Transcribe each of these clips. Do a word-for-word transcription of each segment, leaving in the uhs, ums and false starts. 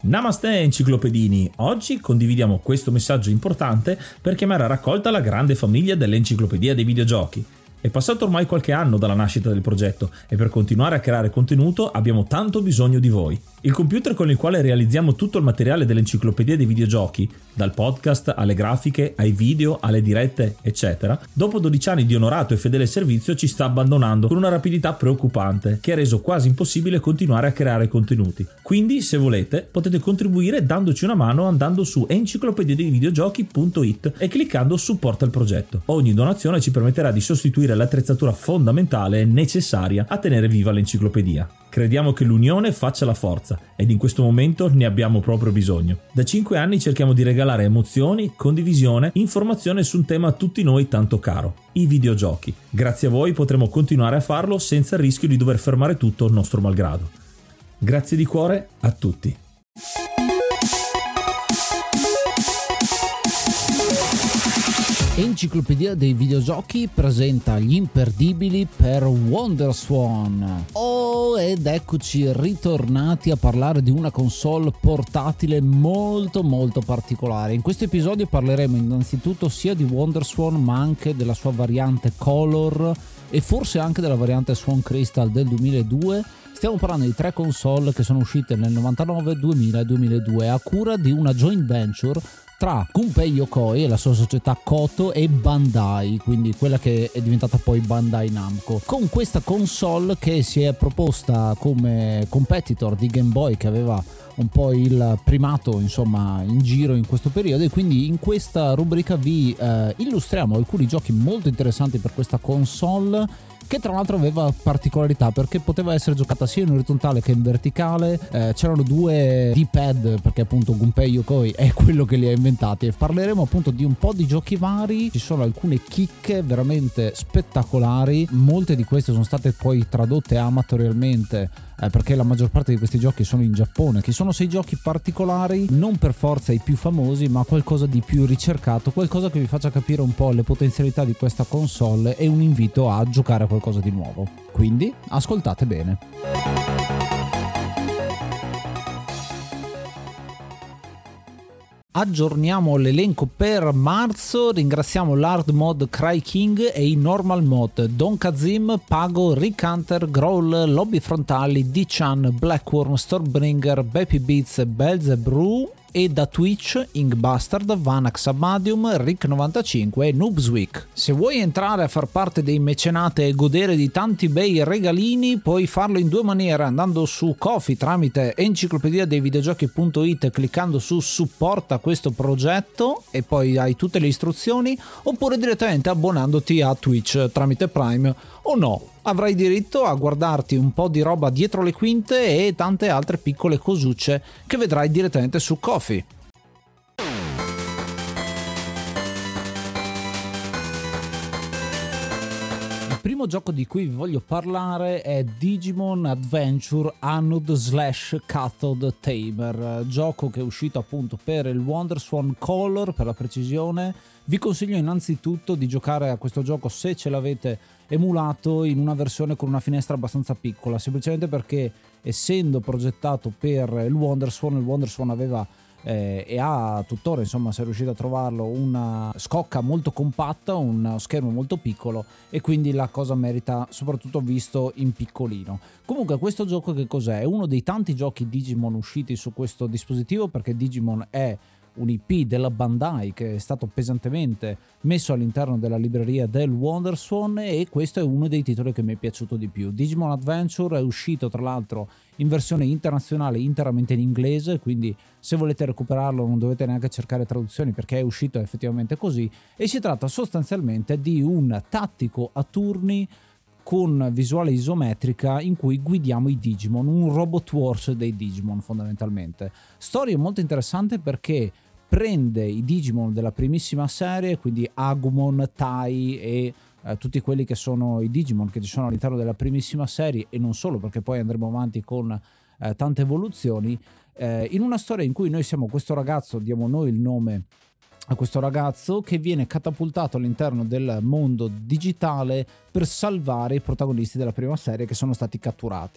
Namaste enciclopedini, oggi condividiamo questo messaggio importante per chiamare a raccolta la grande famiglia dell'Enciclopedia dei Videogiochi. È passato ormai qualche anno dalla nascita del progetto e per continuare a creare contenuto abbiamo tanto bisogno di voi. Il computer con il quale realizziamo tutto il materiale dell'Enciclopedia dei Videogiochi, dal podcast alle grafiche, ai video, alle dirette, eccetera, dopo dodici anni di onorato e fedele servizio ci sta abbandonando con una rapidità preoccupante che ha reso quasi impossibile continuare a creare contenuti. Quindi, se volete, potete contribuire dandoci una mano andando su enciclopedia dei videogiochi punto it e cliccando supporta il progetto. Ogni donazione ci permetterà di sostituire l'attrezzatura fondamentale e necessaria a tenere viva l'enciclopedia. Crediamo che l'unione faccia la forza ed in questo momento ne abbiamo proprio bisogno. Da cinque anni cerchiamo di regalare emozioni, condivisione, informazione su un tema a tutti noi tanto caro, i videogiochi. Grazie a voi potremo continuare a farlo senza il rischio di dover fermare tutto nostro malgrado. Grazie di cuore a tutti. Enciclopedia dei Videogiochi presenta gli imperdibili per WonderSwan. Oh, ed eccoci ritornati a parlare di una console portatile molto molto particolare. In questo episodio parleremo innanzitutto sia di WonderSwan ma anche della sua variante Color e forse anche della variante Swan Crystal del duemiladue. Stiamo parlando di tre console che sono uscite nel novantanove, duemila e duemiladue a cura di una joint venture tra Gunpei Yokoi e la sua società Koto e Bandai, quindi quella che è diventata poi Bandai Namco. Con questa console che si è proposta come competitor di Game Boy, che aveva un po' il primato insomma in giro in questo periodo, e quindi in questa rubrica vi eh, illustriamo alcuni giochi molto interessanti per questa console, che tra l'altro aveva particolarità perché poteva essere giocata sia in orizzontale che in verticale. Eh, c'erano due D-pad perché appunto Gunpei Yokoi è quello che li ha inventati, e parleremo appunto di un po' di giochi vari. Ci sono alcune chicche veramente spettacolari, molte di queste sono state poi tradotte amatorialmente eh, perché la maggior parte di questi giochi sono in Giappone, che sono sei giochi particolari, non per forza i più famosi ma qualcosa di più ricercato, qualcosa che vi faccia capire un po' le potenzialità di questa console e un invito a giocare a qualcosa di nuovo. Quindi ascoltate bene. Aggiorniamo l'elenco per marzo. Ringraziamo l'Hard Mod Cry King e i Normal Mod Don Kazim, Pago, Rick Hunter, Growl, Lobby Frontali, D-Chan, Blackworm, Stormbringer, Baby Beats, Belzebrew, e da Twitch Inkbastard, Vanax Abadium, Rick novantacinque e Noobsweek. Se vuoi entrare a far parte dei mecenate e godere di tanti bei regalini, puoi farlo in due maniere: andando su Ko-fi tramite enciclopedia dei videogiochi punto it, cliccando su supporta questo progetto e poi hai tutte le istruzioni, oppure direttamente abbonandoti a Twitch tramite Prime o no. Avrai diritto a guardarti un po' di roba dietro le quinte e tante altre piccole cosucce che vedrai direttamente su Ko-fi. Il primo gioco di cui vi voglio parlare è Digimon Adventure Anode slash Cathode Tamer, gioco che è uscito appunto per il WonderSwan Color, per la precisione. Vi consiglio innanzitutto di giocare a questo gioco se ce l'avete emulato in una versione con una finestra abbastanza piccola, semplicemente perché essendo progettato per il WonderSwan, il WonderSwan aveva eh, e ha tuttora, insomma, se riuscite a trovarlo, una scocca molto compatta, uno schermo molto piccolo, e quindi la cosa merita soprattutto visto in piccolino. Comunque questo gioco che cos'è? È uno dei tanti giochi Digimon usciti su questo dispositivo, perché Digimon è un I P della Bandai che è stato pesantemente messo all'interno della libreria del WonderSwan, e questo è uno dei titoli che mi è piaciuto di più. Digimon Adventure è uscito tra l'altro in versione internazionale interamente in inglese, quindi se volete recuperarlo non dovete neanche cercare traduzioni perché è uscito effettivamente così, e si tratta sostanzialmente di un tattico a turni con visuale isometrica in cui guidiamo i Digimon, un robot wars dei Digimon fondamentalmente. Storia molto interessante perché prende i Digimon della primissima serie, quindi Agumon, Tai e eh, tutti quelli che sono i Digimon che ci sono all'interno della primissima serie, e non solo, perché poi andremo avanti con eh, tante evoluzioni, eh, in una storia in cui noi siamo questo ragazzo, diamo noi il nome a questo ragazzo che viene catapultato all'interno del mondo digitale per salvare i protagonisti della prima serie che sono stati catturati.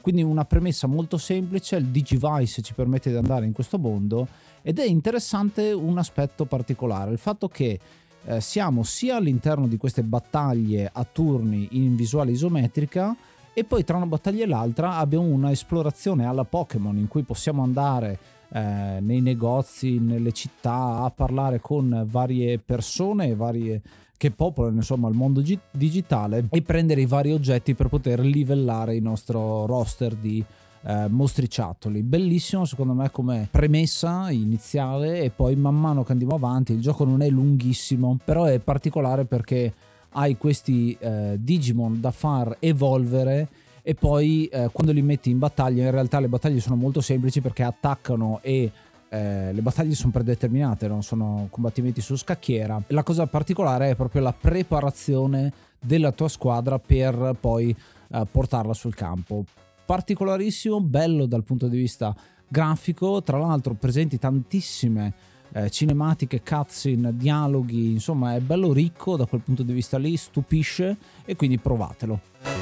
Quindi una premessa molto semplice, il Digivice ci permette di andare in questo mondo ed è interessante un aspetto particolare, il fatto che eh, siamo sia all'interno di queste battaglie a turni in visuale isometrica e poi tra una battaglia e l'altra abbiamo una esplorazione alla Pokémon in cui possiamo andare eh, nei negozi, nelle città a parlare con varie persone, varie che popolano insomma il mondo gi- digitale e prendere i vari oggetti per poter livellare il nostro roster di eh, mostriciattoli. Bellissimo secondo me come premessa iniziale, e poi man mano che andiamo avanti il gioco non è lunghissimo, però è particolare perché hai questi eh, Digimon da far evolvere e poi eh, quando li metti in battaglia, in realtà le battaglie sono molto semplici perché attaccano e eh, le battaglie sono predeterminate, non sono combattimenti su scacchiera. La cosa particolare è proprio la preparazione della tua squadra per poi eh, portarla sul campo. Particolarissimo, bello dal punto di vista grafico, tra l'altro presenti tantissime Eh, cinematiche, cutscene, dialoghi, insomma è bello ricco da quel punto di vista lì, stupisce e quindi provatelo.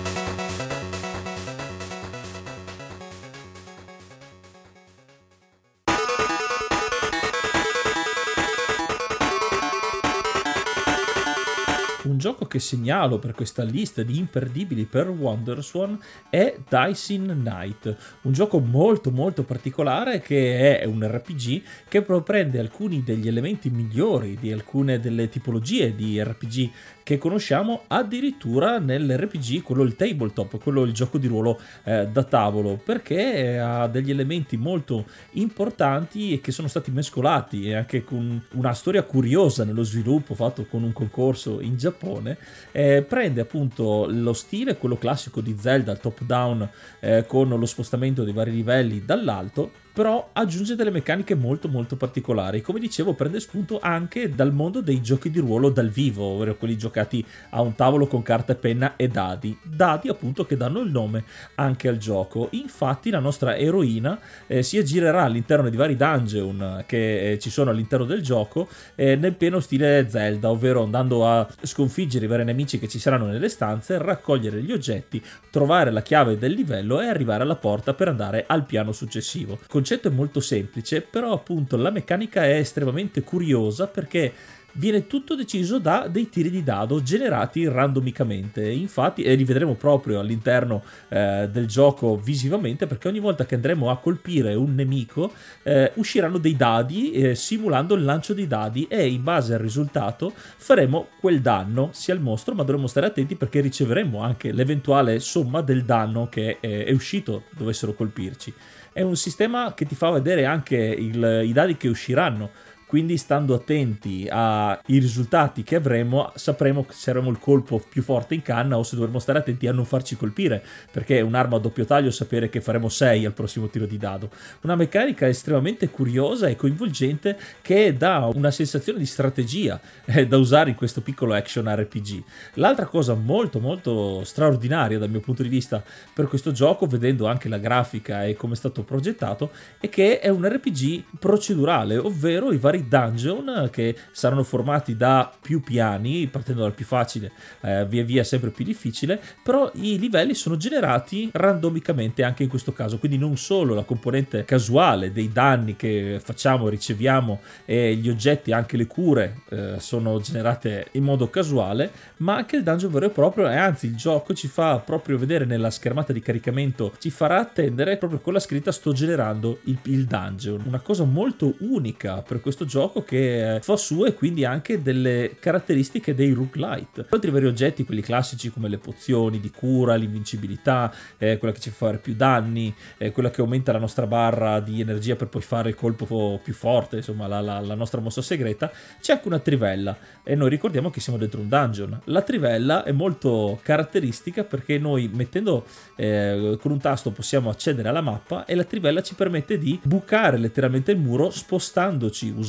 Un gioco che segnalo per questa lista di imperdibili per WonderSwan è Dicing Knight, un gioco molto molto particolare che è un R P G che prende alcuni degli elementi migliori di alcune delle tipologie di R P G che conosciamo addirittura nell'R P G, quello il tabletop, quello il gioco di ruolo eh, da tavolo, perché ha degli elementi molto importanti e che sono stati mescolati, e anche con una storia curiosa nello sviluppo fatto con un concorso in Giappone. Eh, prende appunto lo stile, quello classico di Zelda, il top down eh, con lo spostamento dei vari livelli dall'alto, però aggiunge delle meccaniche molto molto particolari. Come dicevo, prende spunto anche dal mondo dei giochi di ruolo dal vivo, ovvero quelli giocati a un tavolo con carta e penna e dadi, dadi appunto che danno il nome anche al gioco. Infatti la nostra eroina eh, si aggirerà all'interno di vari dungeon che eh, ci sono all'interno del gioco eh, nel pieno stile Zelda, ovvero andando a sconfiggere i vari nemici che ci saranno nelle stanze, raccogliere gli oggetti, trovare la chiave del livello e arrivare alla porta per andare al piano successivo. Il concetto è molto semplice, però appunto la meccanica è estremamente curiosa perché viene tutto deciso da dei tiri di dado generati randomicamente. Infatti, e li vedremo proprio all'interno eh, del gioco visivamente, perché ogni volta che andremo a colpire un nemico eh, usciranno dei dadi eh, simulando il lancio dei dadi, e in base al risultato faremo quel danno sia al mostro, ma dovremo stare attenti perché riceveremo anche l'eventuale somma del danno che è, è uscito dovessero colpirci. È un sistema che ti fa vedere anche il, i dadi che usciranno, quindi stando attenti ai risultati che avremo sapremo se avremo il colpo più forte in canna o se dovremo stare attenti a non farci colpire, perché è un'arma a doppio taglio sapere che faremo sei al prossimo tiro di dado. Una meccanica estremamente curiosa e coinvolgente che dà una sensazione di strategia eh, da usare in questo piccolo action R P G. L'altra cosa molto molto straordinaria dal mio punto di vista per questo gioco, vedendo anche la grafica e come è stato progettato, è che è un R P G procedurale, ovvero i vari dungeon che saranno formati da più piani, partendo dal più facile eh, via via sempre più difficile, però i livelli sono generati randomicamente anche in questo caso, quindi non solo la componente casuale dei danni che facciamo, riceviamo, e gli oggetti, anche le cure eh, sono generate in modo casuale, ma anche il dungeon vero e proprio, e anzi il gioco ci fa proprio vedere nella schermata di caricamento, ci farà attendere proprio con la scritta sto generando il, il dungeon, una cosa molto unica per questo gioco che fa sue quindi anche delle caratteristiche dei roguelite. Altri vari oggetti, quelli classici come le pozioni di cura, l'invincibilità, eh, quella che ci fa fare più danni, eh, quella che aumenta la nostra barra di energia per poi fare il colpo più forte, insomma la, la, la nostra mossa segreta. C'è anche una trivella e noi ricordiamo che siamo dentro un dungeon. La trivella è molto caratteristica perché noi mettendo eh, con un tasto possiamo accedere alla mappa e la trivella ci permette di bucare letteralmente il muro spostandoci usando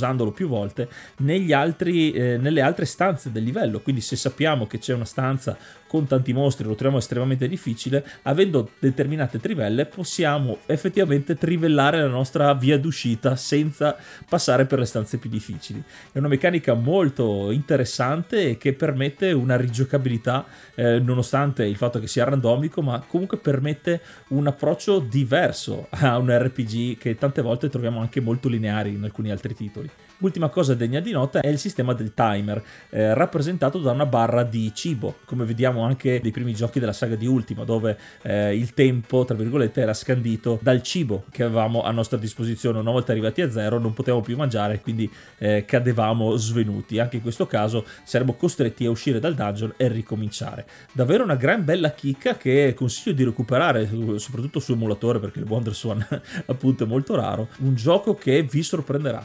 utilizzandolo più volte negli altri, eh, nelle altre stanze del livello. Quindi se sappiamo che c'è una stanza con tanti mostri, lo troviamo estremamente difficile, avendo determinate trivelle possiamo effettivamente trivellare la nostra via d'uscita senza passare per le stanze più difficili. È una meccanica molto interessante e che permette una rigiocabilità, eh, nonostante il fatto che sia randomico, ma comunque permette un approccio diverso a un R P G che tante volte troviamo anche molto lineari in alcuni altri titoli. Ultima cosa degna di nota è il sistema del timer, eh, rappresentato da una barra di cibo, come vediamo anche nei primi giochi della saga di Ultima, dove eh, il tempo, tra virgolette, era scandito dal cibo che avevamo a nostra disposizione. Una volta arrivati a zero non potevamo più mangiare, quindi eh, cadevamo svenuti. Anche in questo caso saremo costretti a uscire dal dungeon e ricominciare. Davvero una gran bella chicca che consiglio di recuperare, soprattutto su emulatore, perché il WonderSwan appunto è molto raro. Un gioco che vi sorprenderà.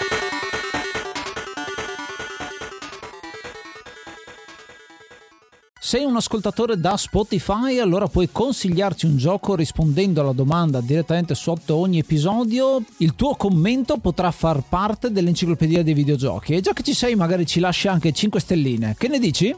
Sei un ascoltatore da Spotify, allora puoi consigliarci un gioco rispondendo alla domanda direttamente sotto ogni episodio. Il tuo commento potrà far parte dell'enciclopedia dei videogiochi e già che ci sei magari ci lasci anche cinque stelline. Che ne dici?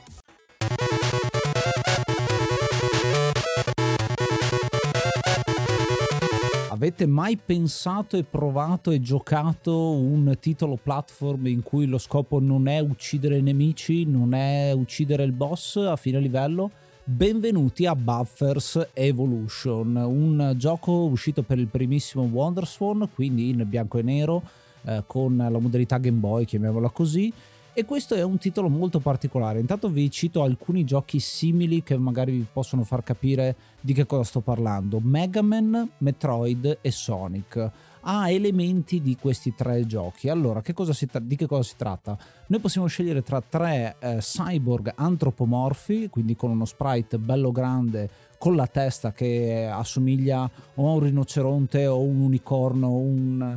Avete mai pensato e provato e giocato un titolo platform in cui lo scopo non è uccidere i nemici, non è uccidere il boss a fine livello? Benvenuti a Buffers Evolution, un gioco uscito per il primissimo WonderSwan, quindi in bianco e nero, eh, con la modalità Game Boy, chiamiamola così. E questo è un titolo molto particolare. Intanto vi cito alcuni giochi simili che magari vi possono far capire di che cosa sto parlando. Mega Man, Metroid e Sonic. Ha elementi di questi tre giochi. Allora, che cosa si tra- di che cosa si tratta? Noi possiamo scegliere tra tre eh, cyborg antropomorfi, quindi con uno sprite bello grande, con la testa che assomiglia o a un rinoceronte o un unicorno, un,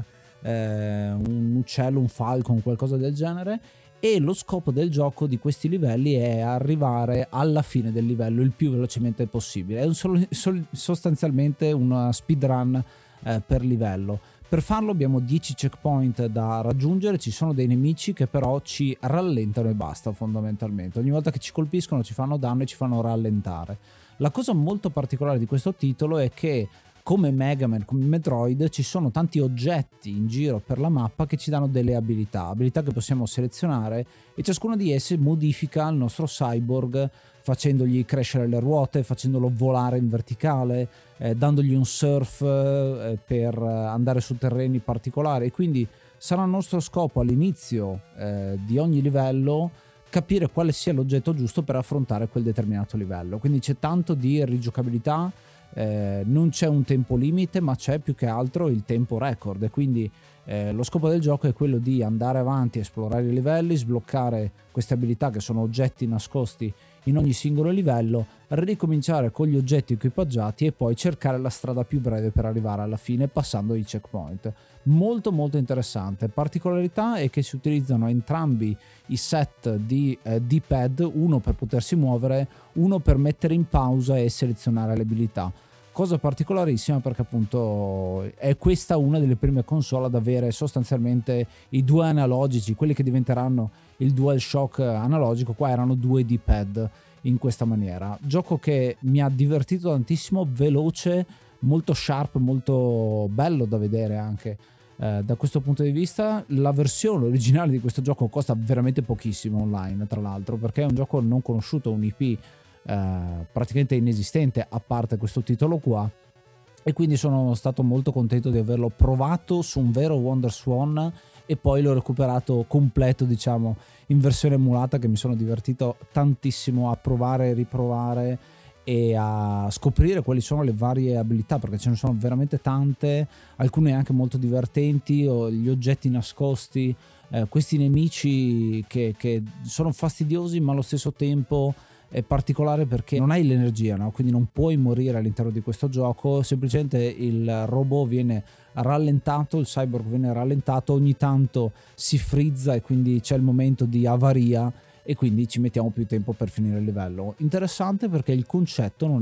eh, un uccello, un falcon, qualcosa del genere. E lo scopo del gioco di questi livelli è arrivare alla fine del livello il più velocemente possibile. È un sol- sol- sostanzialmente una speedrun eh, per livello. Per farlo abbiamo dieci checkpoint da raggiungere, ci sono dei nemici che però ci rallentano e basta fondamentalmente. Ogni volta che ci colpiscono ci fanno danno e ci fanno rallentare. La cosa molto particolare di questo titolo è che come Mega Man, come Metroid, ci sono tanti oggetti in giro per la mappa che ci danno delle abilità, abilità che possiamo selezionare e ciascuna di esse modifica il nostro cyborg facendogli crescere le ruote, facendolo volare in verticale, eh, dandogli un surf eh, per andare su terreni particolari. E quindi sarà il nostro scopo all'inizio eh, di ogni livello capire quale sia l'oggetto giusto per affrontare quel determinato livello. Quindi c'è tanto di rigiocabilità. Eh, non c'è un tempo limite, ma c'è più che altro il tempo record, e quindi eh, lo scopo del gioco è quello di andare avanti, esplorare i livelli, sbloccare queste abilità che sono oggetti nascosti in ogni singolo livello, ricominciare con gli oggetti equipaggiati e poi cercare la strada più breve per arrivare alla fine passando i checkpoint. Molto molto interessante. Particolarità è che si utilizzano entrambi i set di eh, D-pad, uno per potersi muovere, uno per mettere in pausa e selezionare le abilità. Cosa particolarissima, perché appunto è questa una delle prime console ad avere sostanzialmente i due analogici, quelli che diventeranno il DualShock analogico. Qua erano due D-pad in questa maniera. Gioco che mi ha divertito tantissimo, veloce, molto sharp, molto bello da vedere anche eh, da questo punto di vista. La versione originale di questo gioco costa veramente pochissimo online, tra l'altro, perché è un gioco non conosciuto, un I P Uh, praticamente inesistente a parte questo titolo qua, e quindi sono stato molto contento di averlo provato su un vero WonderSwan e poi l'ho recuperato completo, diciamo, in versione emulata, che mi sono divertito tantissimo a provare e riprovare e a scoprire quali sono le varie abilità, perché ce ne sono veramente tante, alcune anche molto divertenti, o gli oggetti nascosti, eh, questi nemici che, che sono fastidiosi ma allo stesso tempo è particolare perché non hai l'energia, no? Quindi non puoi morire all'interno di questo gioco, semplicemente il robot viene rallentato, il cyborg viene rallentato, ogni tanto si frizza e quindi c'è il momento di avaria e quindi ci mettiamo più tempo per finire il livello. Interessante perché il concetto non è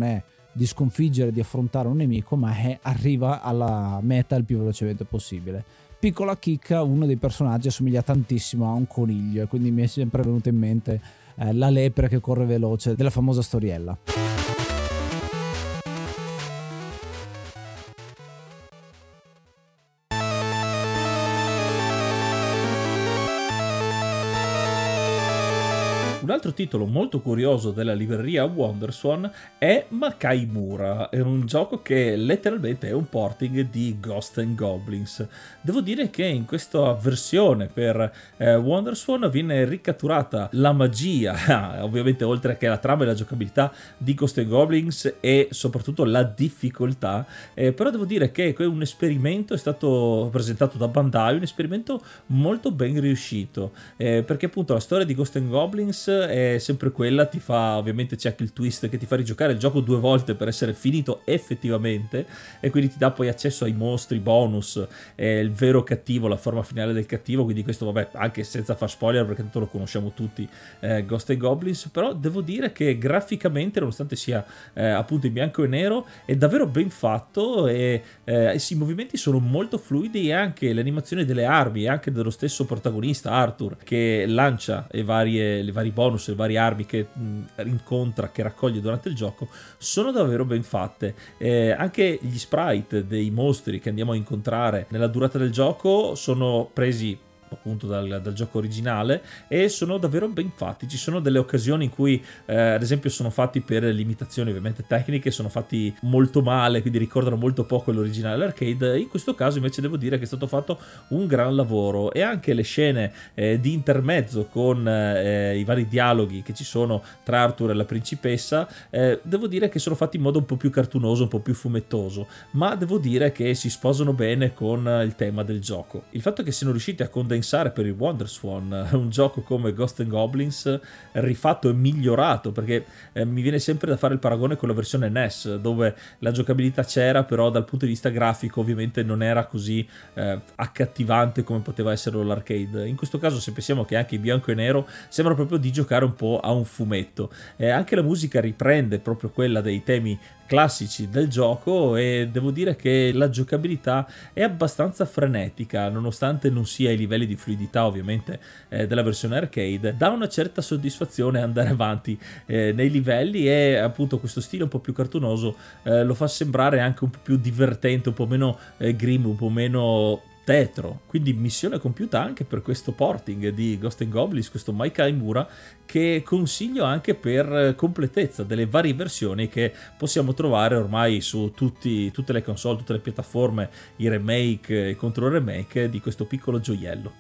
di sconfiggere, di affrontare un nemico, ma è, arriva alla meta il più velocemente possibile. Piccola chicca, uno dei personaggi assomiglia tantissimo a un coniglio e quindi mi è sempre venuta in mente eh, la lepre che corre veloce della famosa storiella. Un altro titolo molto curioso della libreria WonderSwan è Makai Mura, è un gioco che letteralmente è un porting di Ghosts and Goblins. Devo dire che in questa versione per eh, WonderSwan viene ricatturata la magia, ovviamente oltre che la trama e la giocabilità di Ghosts and Goblins e soprattutto la difficoltà, eh, però devo dire che è un esperimento, è stato presentato da Bandai, un esperimento molto ben riuscito, eh, perché appunto la storia di Ghosts and Goblins è sempre quella, ti fa, ovviamente c'è anche il twist che ti fa rigiocare il gioco due volte per essere finito effettivamente, e quindi ti dà poi accesso ai mostri bonus, eh, il vero cattivo, la forma finale del cattivo, quindi questo vabbè anche senza far spoiler perché tanto lo conosciamo tutti, eh, Ghosts and Goblins. Però devo dire che graficamente, nonostante sia eh, appunto in bianco e nero, è davvero ben fatto e eh, i movimenti sono molto fluidi, e anche le animazioni delle armi e anche dello stesso protagonista Arthur che lancia le varie, le vari bonus, le varie armi che mh, incontra, che raccoglie durante il gioco, sono davvero ben fatte. Eh, anche gli sprite dei mostri che andiamo a incontrare nella durata del gioco sono presi appunto dal, dal gioco originale e sono davvero ben fatti. Ci sono delle occasioni in cui eh, ad esempio sono fatti per limitazioni ovviamente tecniche, sono fatti molto male, quindi ricordano molto poco l'originale arcade. In questo caso invece devo dire che è stato fatto un gran lavoro, e anche le scene eh, di intermezzo con eh, i vari dialoghi che ci sono tra Arthur e la principessa, eh, devo dire che sono fatti in modo un po' più cartunoso, un po' più fumettoso, ma devo dire che si sposano bene con il tema del gioco. Il fatto che siano riusciti a condensare per il WonderSwan un gioco come Ghosts and Goblins rifatto e migliorato, perché eh, mi viene sempre da fare il paragone con la versione N E S, dove la giocabilità c'era, però dal punto di vista grafico ovviamente non era così eh, accattivante come poteva essere l'arcade. In questo caso, se pensiamo che anche in bianco e nero, sembra proprio di giocare un po' a un fumetto. Eh, anche la musica riprende proprio quella dei temi classici del gioco, e devo dire che la giocabilità è abbastanza frenetica, nonostante non sia ai livelli di fluidità ovviamente eh, della versione arcade. Dà una certa soddisfazione andare avanti eh, nei livelli, e appunto questo stile un po' più cartunoso eh, lo fa sembrare anche un po' più divertente, un po' meno eh, grim, un po' meno tetro. Quindi missione compiuta anche per questo porting di Ghosts and Goblins, questo Makai Mura, che consiglio anche per completezza delle varie versioni che possiamo trovare ormai su tutti, tutte le console, tutte le piattaforme, i remake e contro remake di questo piccolo gioiello.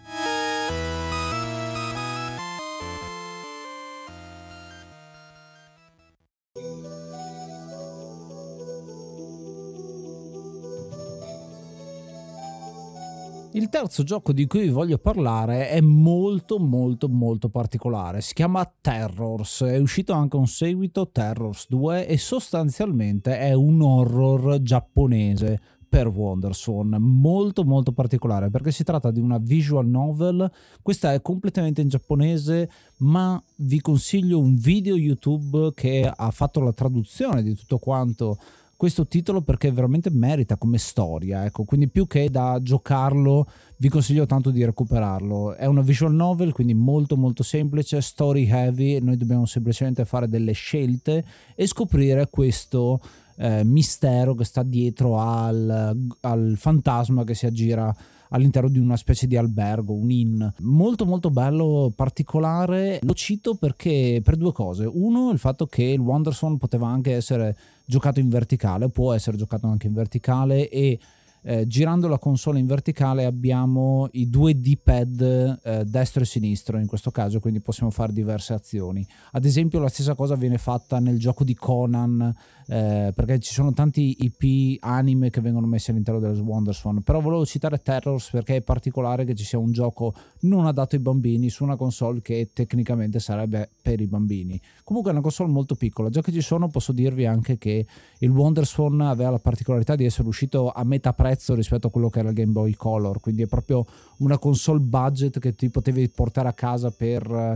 Il terzo gioco di cui vi voglio parlare è molto molto molto particolare, si chiama Terrors, è uscito anche un seguito, Terrors due, e sostanzialmente è un horror giapponese per WonderSwan, molto molto particolare perché si tratta di una visual novel. Questa è completamente in giapponese, ma vi consiglio un video YouTube che ha fatto la traduzione di tutto quanto questo titolo, perché veramente merita come storia, ecco. Quindi più che da giocarlo vi consiglio tanto di recuperarlo. È una visual novel, quindi molto molto semplice, story heavy. Noi dobbiamo semplicemente fare delle scelte e scoprire questo eh, mistero che sta dietro al, al fantasma che si aggira all'interno di una specie di albergo, un inn. Molto molto bello, particolare. Lo cito perché per due cose: uno, il fatto che il WonderSwan poteva anche essere giocato in verticale, può essere giocato anche in verticale, e eh, girando la console in verticale abbiamo i due D-pad eh, destro e sinistro in questo caso, quindi possiamo fare diverse azioni. Ad esempio la stessa cosa viene fatta nel gioco di Conan, eh, perché ci sono tanti I P anime che vengono messi all'interno del WonderSwan, però volevo citare Terrors perché è particolare che ci sia un gioco non adatto ai bambini su una console che tecnicamente sarebbe per i bambini. Comunque è una console molto piccola. Già che ci sono, posso dirvi anche che il WonderSwan aveva la particolarità di essere uscito a metà prezzo rispetto a quello che era il Game Boy Color, quindi è proprio una console budget che ti potevi portare a casa per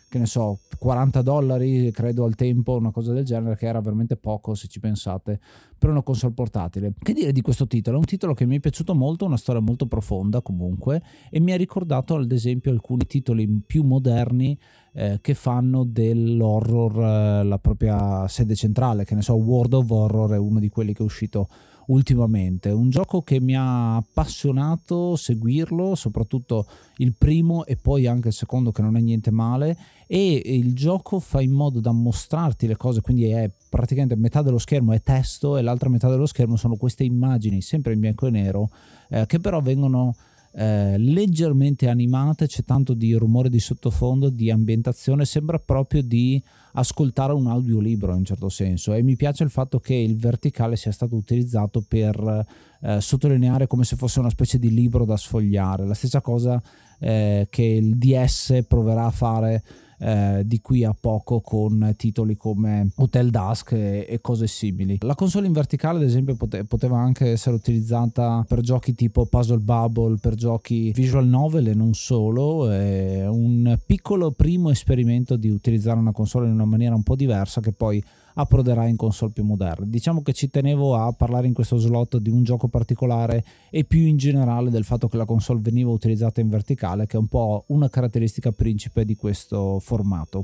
che ne so, quaranta dollari credo al tempo, una cosa del genere, che era veramente poco se ci pensate per una console portatile. Che dire di questo titolo? È un titolo che mi è piaciuto molto, una storia molto profonda comunque, e mi ha ricordato ad esempio alcuni titoli più moderni eh, che fanno dell'horror eh, la propria sede centrale. Che ne so, World of Horror è uno di quelli che è uscito ultimamente, un gioco che mi ha appassionato seguirlo, soprattutto il primo e poi anche il secondo, che non è niente male, e il gioco fa in modo da mostrarti le cose, quindi è praticamente metà dello schermo è testo e l'altra metà dello schermo sono queste immagini sempre in bianco e nero eh, che però vengono Eh, leggermente animate, c'è tanto di rumore di sottofondo, di ambientazione, sembra proprio di ascoltare un audiolibro in un certo senso, e mi piace il fatto che il verticale sia stato utilizzato per eh, sottolineare come se fosse una specie di libro da sfogliare, la stessa cosa eh, che il D S proverà a fare Eh, di qui a poco con titoli come Hotel Dusk e, e cose simili. La console in verticale ad esempio pote- poteva anche essere utilizzata per giochi tipo Puzzle Bubble, per giochi visual novel e non solo. È un piccolo primo esperimento di utilizzare una console in una maniera un po' diversa che poi approderà in console più moderne. Diciamo che ci tenevo a parlare in questo slot di un gioco particolare e più in generale del fatto che la console veniva utilizzata in verticale, che è un po' una caratteristica principe di questo formato.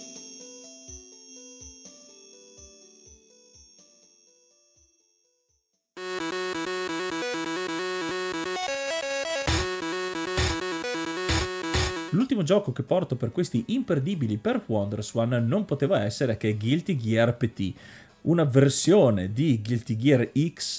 L'ultimo gioco che porto per questi imperdibili per WonderSwan non poteva essere che Guilty Gear Petit, una versione di Guilty Gear X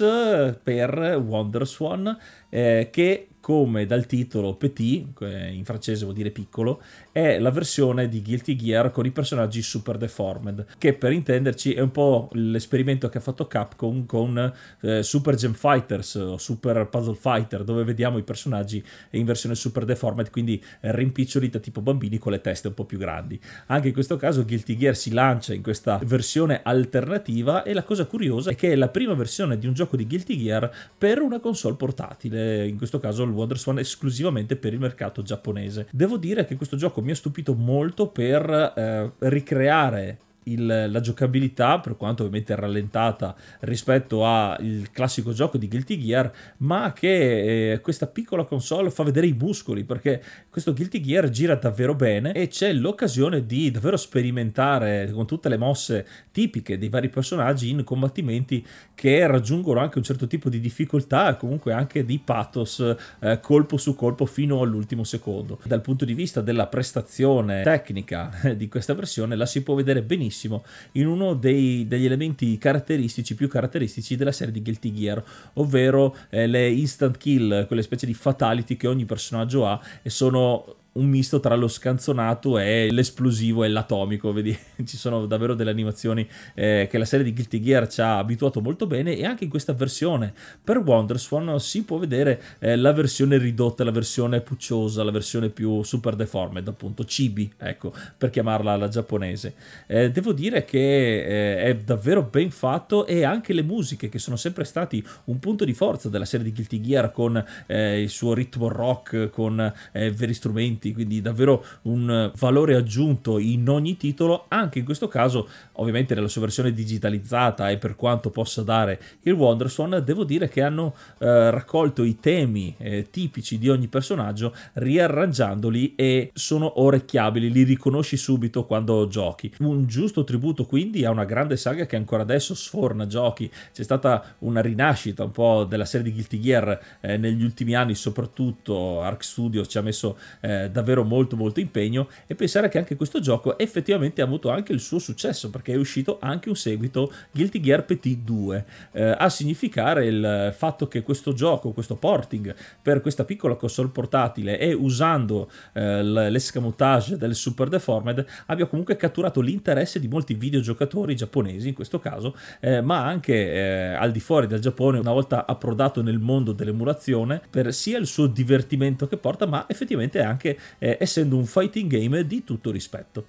per WonderSwan eh, che, come dal titolo Petit, in francese vuol dire piccolo, è la versione di Guilty Gear con i personaggi super deformed, che per intenderci è un po' l'esperimento che ha fatto Capcom con eh, Super Gem Fighters o Super Puzzle Fighter, dove vediamo i personaggi in versione super deformed, quindi rimpicciolita tipo bambini con le teste un po' più grandi. Anche in questo caso Guilty Gear si lancia in questa versione alternativa, e la cosa curiosa è che è la prima versione di un gioco di Guilty Gear per una console portatile, in questo caso il WonderSwan esclusivamente per il mercato giapponese. Devo dire che questo gioco mi ha stupito molto per eh, ricreare Il, la giocabilità, per quanto ovviamente rallentata rispetto al classico gioco di Guilty Gear, ma che eh, questa piccola console fa vedere i muscoli, perché questo Guilty Gear gira davvero bene e c'è l'occasione di davvero sperimentare con tutte le mosse tipiche dei vari personaggi in combattimenti che raggiungono anche un certo tipo di difficoltà e comunque anche di pathos eh, colpo su colpo fino all'ultimo secondo. Dal punto di vista della prestazione tecnica eh, di questa versione la si può vedere benissimo in uno dei, degli elementi caratteristici più caratteristici della serie di Guilty Gear, ovvero eh, le instant kill, quelle specie di fatality che ogni personaggio ha, e sono un misto tra lo scanzonato e l'esplosivo e l'atomico. Vedi, ci sono davvero delle animazioni eh, che la serie di Guilty Gear ci ha abituato molto bene, e anche in questa versione per WonderSwan si può vedere eh, la versione ridotta, la versione pucciosa, la versione più super deformed, appunto chibi, ecco, per chiamarla alla giapponese. Eh, devo dire che eh, è davvero ben fatto, e anche le musiche, che sono sempre stati un punto di forza della serie di Guilty Gear, con eh, il suo ritmo rock, con eh, veri strumenti, quindi davvero un valore aggiunto in ogni titolo. Anche in questo caso, ovviamente nella sua versione digitalizzata, e per quanto possa dare il WonderSwan, devo dire che hanno eh, raccolto i temi eh, tipici di ogni personaggio, riarrangiandoli, e sono orecchiabili, li riconosci subito quando giochi. Un giusto tributo quindi a una grande saga che ancora adesso sforna giochi. C'è stata una rinascita un po' della serie di Guilty Gear eh, negli ultimi anni, soprattutto Arc Studios ci ha messo eh, davvero molto molto impegno, e pensare che anche questo gioco effettivamente ha avuto anche il suo successo, perché è uscito anche un seguito, Guilty Gear Petit due, eh, a significare il fatto che questo gioco, questo porting per questa piccola console portatile, e usando eh, l'escamotage del Super Deformed, abbia comunque catturato l'interesse di molti videogiocatori giapponesi in questo caso, eh, ma anche eh, al di fuori del Giappone, una volta approdato nel mondo dell'emulazione, per sia il suo divertimento che porta, ma effettivamente anche eh, essendo un fighting game di tutto rispetto.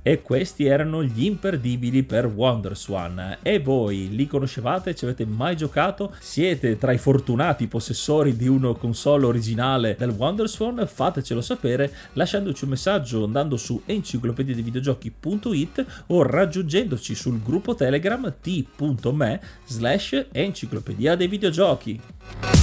E questi erano gli imperdibili per WonderSwan. E voi li conoscevate? Ci avete mai giocato? Siete tra i fortunati possessori di una console originale del WonderSwan? Fatecelo sapere lasciandoci un messaggio andando su enciclopedia dei videogiochi punto it o raggiungendoci sul gruppo Telegram t punto me slash enciclopedia dei videogiochi.